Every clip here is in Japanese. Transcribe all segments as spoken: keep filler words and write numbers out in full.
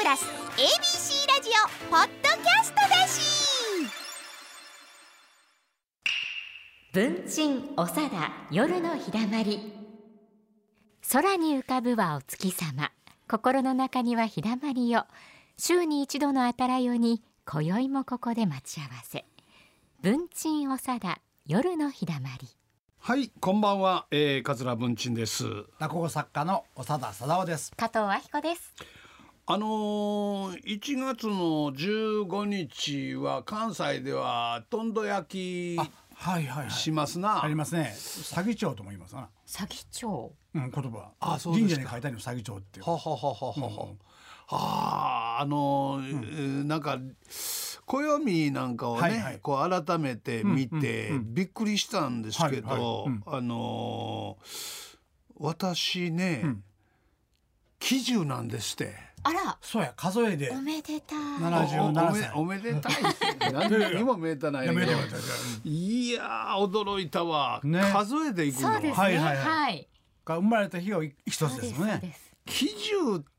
ラス エービーシー ラジオポッドキャストだし。 文鎮おさだ夜のひだまり。空に浮かぶはお月様、心の中にはひだまりよ。週に一度のあたらよに今宵もここで待ち合わせ。文鎮おさだ夜のひだまり。 はい、こんばんは、えー、桂文鎮です。 落語作家の長田貞夫です。 加藤明子です。 あのー、いちがつのじゅうごにちは関西ではとんど焼きはいはいはい、 しますな。 ありますね。詐欺帳とも言いますな。 詐欺帳、 うん、言葉。 あ、そうですか。 神社に書いてあるの詐欺帳っていう。 はははははは、うん、はあ、あのーうん、なんか暦なんかをね、はいはい、こう改めて見て、うんうんうん、びっくりしたんですけど、はいはい、うん、あのー、私ね、うん、喜寿なんですって。 あら、 そうや、数えでおめでたいななじゅうななさい。 おめでたい何にもめでたないね。いや驚いたわ、ね、数えでいくの。 そうですね、はいはいはい、 が生まれた日が一つですよね。 喜寿って、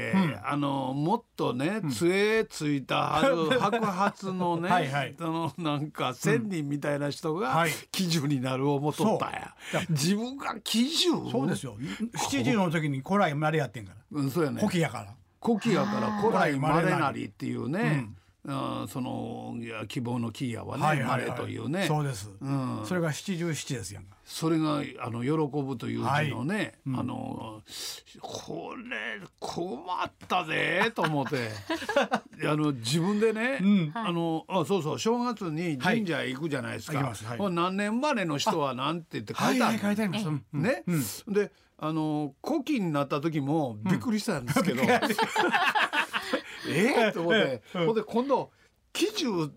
うん、あのもっとね、うん、杖ついた白髪のねはい、はい、そのなんか仙人みたいな人が喜寿になる思っとったや、うん、自分が喜寿。 そうですよ、七十の時に古来まれやってんから、 うん、そうやね、 古希やから古希やから古来まれなりっていうね、うん、あそのいや希望の希やはね、はいはいはい、まれというね。 そうです、うん、それが七十七ですやんか。 それがあの喜ぶという字のね、はい、うん、あのこれ困ったぜと思ってあの自分でね、うん、あのあそうそう正月に神社へ行くじゃないですか、はいはい、何年生まれの人はなんて言って書いてある、はいはい、書いてあります、ね、うん、であの古希になった時もびっくりしたんですけど、うん、えっと思って、うん、ほんで今度喜寿って、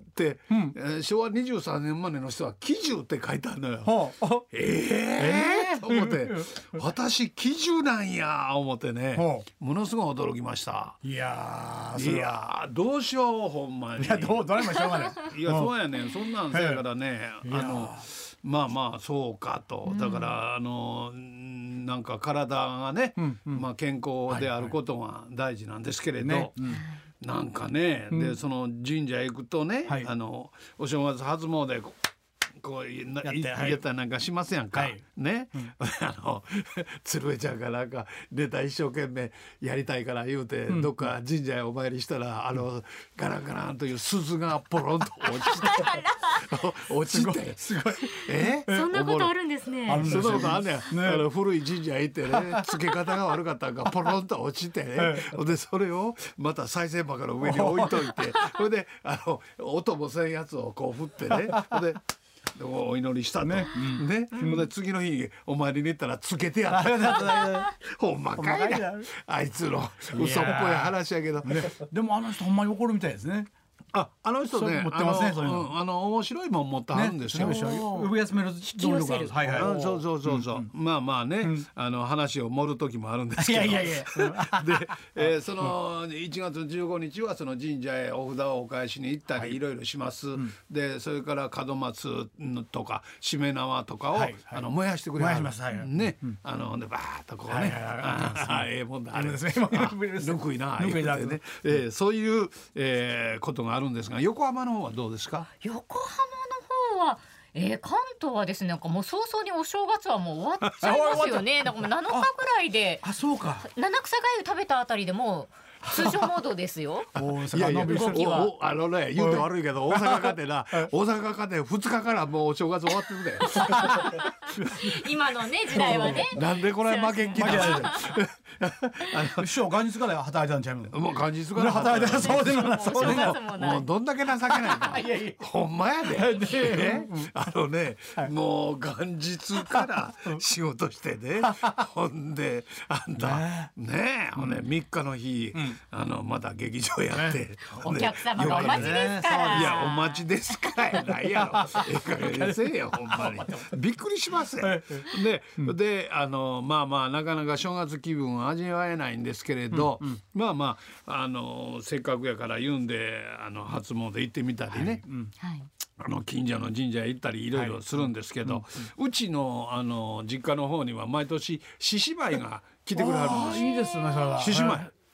うん、えー、しょうわにじゅうさんねんまでの人は喜寿って書いてあるのよ、はあ、えー、えー、と思って私喜寿なんや思ってね、はあ、ものすごい驚きました。 いやー、いやーどうしようほんまに。 いやどうどれもしょうがないいやそうやねん、そんなんせやからね、あのまあまあそうかと、だから、うん、あのなんか体がね、うんうん、まあ、健康であることが大事なんですけれど、はいはい、ね、うん、なんかね、うん、でその神社へ行くとね、はい、あのお正月初詣こうやってやったりなんかしますやんか、はい、ね、うん、あの鶴瓶ちゃんがなんかネタ一生懸命やりたいから言うて、うん、どっか神社へお参りしたら、あのガランガランという鈴がポロンと落ちて落ちてすごい、 えそんなことあるんですね。 そんなことあんねん、ね、あの古い神社へ行ってね付け方が悪かったんかポロンと落ちてね、はい、でそれをまた賽銭箱の上に置いといてそれであの音もせんやつをこう振ってねでお祈りしたとね、うん、ね、うん、で次の日お参りに行ったらつけてやったほんまかいなあいつの嘘っぽい話やけど、 ね、でもあの人ほんまに怒るみたいですね。 あ、あの人ね、 持ってますね、 あの、そういうの、うん、あの面白いもん持ってはるんですよ。ね、 上休める引き寄せる、 はいはい、そうそうそうそう、うんうん、まあまあね、うん、あの話を盛る時もあるんですけど、いやいやいやで、えー、そのいちがつじゅうごにちはその神社へお札をお返しに行ったりいろいろします、はい、でそれから門松とかしめ縄とかを、はいはい、あの燃やしてくれる、はい、ね、うん、あのでバーッとこうね、はいはいはい、ええもんだあれですね、ぬくいな、ぬくいなってね、えー、そういう、えー、ことがあるんですが、横浜の方はどうですか？ 横浜の方は、えー、関東はですね、なんかもう早々にお正月はもう終わっちゃいますよね。だからもうなのかぐらいで、 あ、そうか、 七草がゆ食べたあたりでもう通常モードですよ。 いやいや動きはあのね、言うと悪いけど大阪かてな大阪かてふつかからもうお正月終わってるで今のね時代はねなんでこれ負けん気なの師匠元日から働いたんちゃうの？ もう元日から働いたらそうでもない、そうでももうどんだけ情けないのいやいやほんまやで、ね、あのね、はい、もう元日から仕事してねほんであんたねえ、ほんでみっかの日、うん、あのまた劇場やって、ね、 お客様がお待ちですから、 いやお待ちですからやないやろええ加減にせえよほんまにびっくりしますよで、うん、であのまあまあなかなか正月気分は味わえないんですけれど、うんうん、まあまああのせっかくやから言うんであの初詣行ってみたりね、はい、うん、あの近所の神社へ行ったりいろいろするんですけど、はい、うんうん、うちのあの実家の方には毎年獅子舞が来てくれはるんです。 いいですね、それは獅子舞、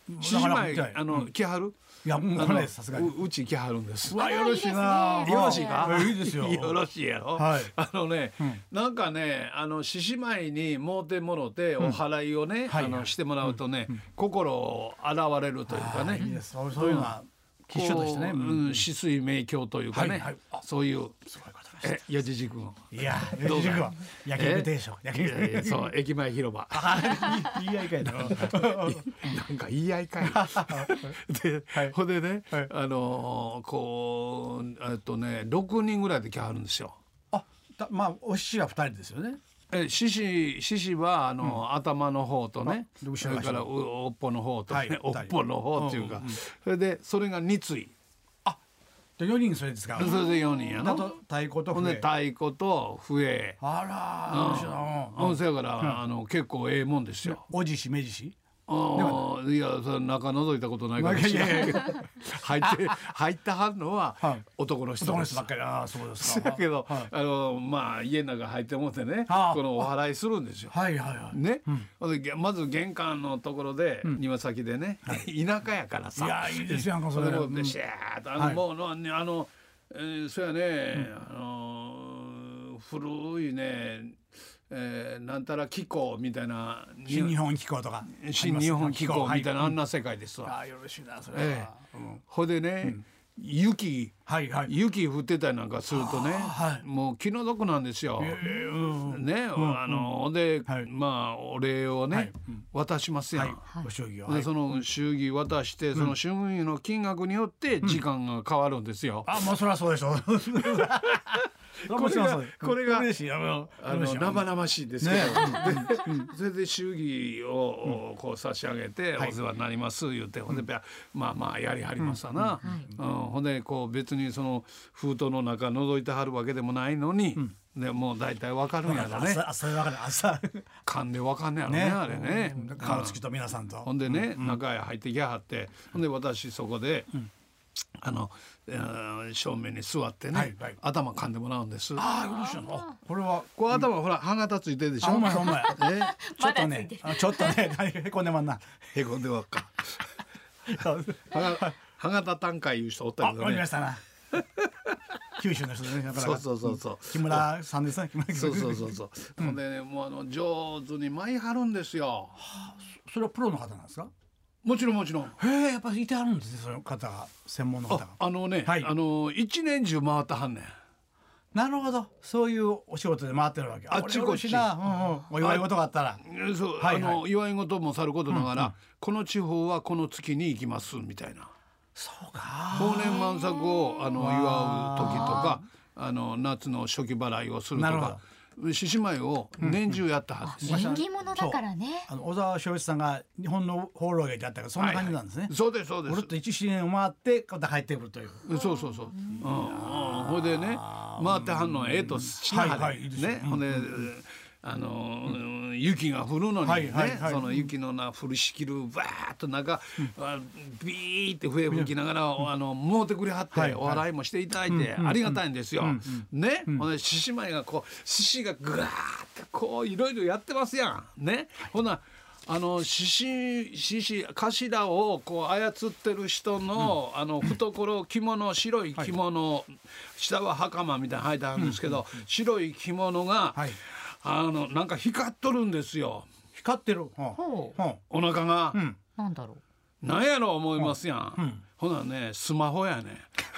獅子なかな舞かあの来はる。 いやもうあの来ないですさすがに。 ううち来はるんです。 うわよろしいな。 よろしいか。 いいですよ。 よろしいやろ。 はいあのね、なんかね、あの獅子舞にもうてもろてお祓いをね、 はいあのしてもらうとね、心洗われるというかね。 いいです。そうそういうのは吉祥としてね。 こううん止水明鏡というかね、 はいはいあそういうすごいことです。 えやじじくん。 いやどうだ焼肉は焼肉定食焼いやいや肉。 そう駅前広場。 いいいい合いかいな。 なんか言い合いかい。で、 はいほんでね、 はいあのーこうえっとねろくにんぐらいで来はるんですよ。 あたまあお師は二人ですよね。 え獅子獅子はあの、頭の方とね、 あでそ後ろがれからうおっぽの方とね、 はいおっぽの方っていうか、それでそれがに対。 で四人それですか。 それでよにんやの。 あと太鼓とほんで笛。 太鼓と笛。 あらよろしいな。うんうん、そやから、あの結構ええもんですよ。 おじしめじし。 ああいやそれ中覗いたことないかもしれないけど入って入ってはるのははい男の人男のです人ばっかり。ああそうですか。 だけど、 はいあのまあ家の中入ってもってねああこのお祓いするんですよ。 はいはいはい。 ね、ほんでげまず玄関のところで、庭先でね、田舎やからさいやいいですやんかそれ。 それもうんシャーッとあの、 はいもうのねあの、えー、そうやね、あのー古いね、えー、なんたら気候みたいな新日本機構とか。 新日本気候みたいなあんな。 な世界ですわ。 ああよろしいなそれえは。うんほんでね、雪はいはい。 雪降ってたりなんかするとね、 はいもう気の毒なんですよ。 えーうんね、あのほんで、 はいまあお礼をね、 はい渡しますやん。 はい。ご祝儀を。 でその祝儀渡して、その祝儀の金額によって時間が変わるんですよ。 あもうそりゃそうでしょ。 これがこれが嬉しい。あのあの生々しいですけど、でそれで祝儀をこう差し上げて、お世話になります言うて、ほんでまあまあやりはりますわな、うんほんでこう別にその封筒の中覗いてはるわけでもないのに、でもう大体わかるんやろね。 朝朝わかる朝勘でわかんねやろねねあれね。 顔つきと皆さんと。 ほんでね、中へ入ってきはって、ほんで私そこで、あの、えー正面に座ってね、 はいはい頭噛んでもらうんです。 ああよろしいな。あこれは。 こう頭ほら歯型ついてるでしょ。 あほんまやほんまや。 えちょっとねあちょっとねへこんでまんな。 へこんでわっか。歯が歯型短歌いう人おったあけどね。 わかりましたな。九州の人でね。なかなかそうそうそうそう。 木村さんですね。木村そうそうそうそう。ほんでね、もうあの上手に舞いはるんですよ。 それはプロの方なんですか。 もちろんもちろん。 へえやっぱりいてあるんですねその方が専門の方があ。あのね、 はいあの一年中回ってはんねん。 なるほどそういうお仕事で回ってるわけ。 あっちこっちこれ嬉しいな。うんうんお祝い事があったら。 えそう、 はいはいあの祝い事もさることながら、この地方はこの月に行きますみたいな。 そうか。 豊年満作をあの祝う時とか、あの夏の初期払いをするとなるほか、獅子舞を年中やったはずです。 縁起物だからね。 あの小沢昭一さんが日本の放浪劇であったからそんな感じなんですね。 そうですそうですぐるっ。と一周年を回ってまた帰ってくるという。 そうそうそう。うんうん。ほいでね、回ってはんのはええとしなははいはいいいれですよね。ほんで。あのうん雪が降るのにはいね、 はいはいその雪のな降りしきるバーッと中、あビーって笛吹きながら、あのもうてくれはって、 はいはいお祓いもしていただいて、ありがたいんですよ。ね、ほんで獅子舞がこう獅子がぐわーってこういろいろやってますやん。ね、ほなあの獅子獅子頭をこう操ってる人の、あの懐着物白い着物、下は袴みたいなの履いてあるんですけど、白い着物が、 はいあのなんか光っとるんですよ。 光ってる。はあほうはお腹が、 んなんだろなんやろ思いますやん。ほなねスマホやね。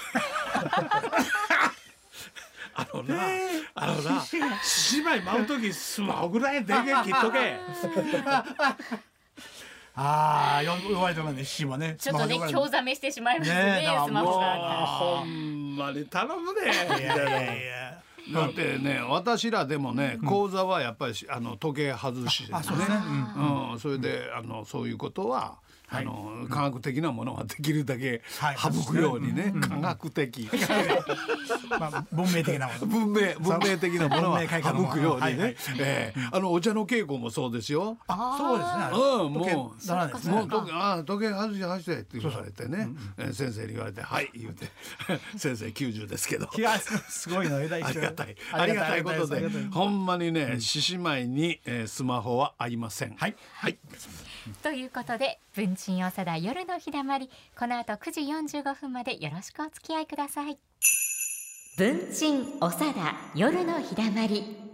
あのな、あのな、獅子舞舞う時スマホぐらい電源切っとけ。 ああよ呼ばれてますね獅子もね。 う。ちょっとねスマホ興ざめしてしまいますねねえだからスマホがあったもうら。 ほんまに頼むで。 いやいやいや。 だってね、私らでもね、講座はやっぱりあの時計外しですね。 あそうですね。うんうん、それであのそういうことは。あの科学的なものはできるだけはい省くようにね、科学的まあ文明的なもの。 文明文明的なものは文明開化の省くようにねはいはい、 ええあのお茶の稽古もそうですよ。 そうですね。 うん、 時計もうならないですね。 もう時計あ時計外して外してって言われてね、えー先生に言われてはい言うて先生きゅうじゅうですけど。 いやすごいの偉い人。 ありがたいありがたいことでありがたいほんまにね獅子舞に、えースマホはありません。 はいはいということで文鎮おさだ夜のひだまり、この後くじよんじゅうごふんまでよろしくお付き合いください。文鎮おさだ夜のひだまり。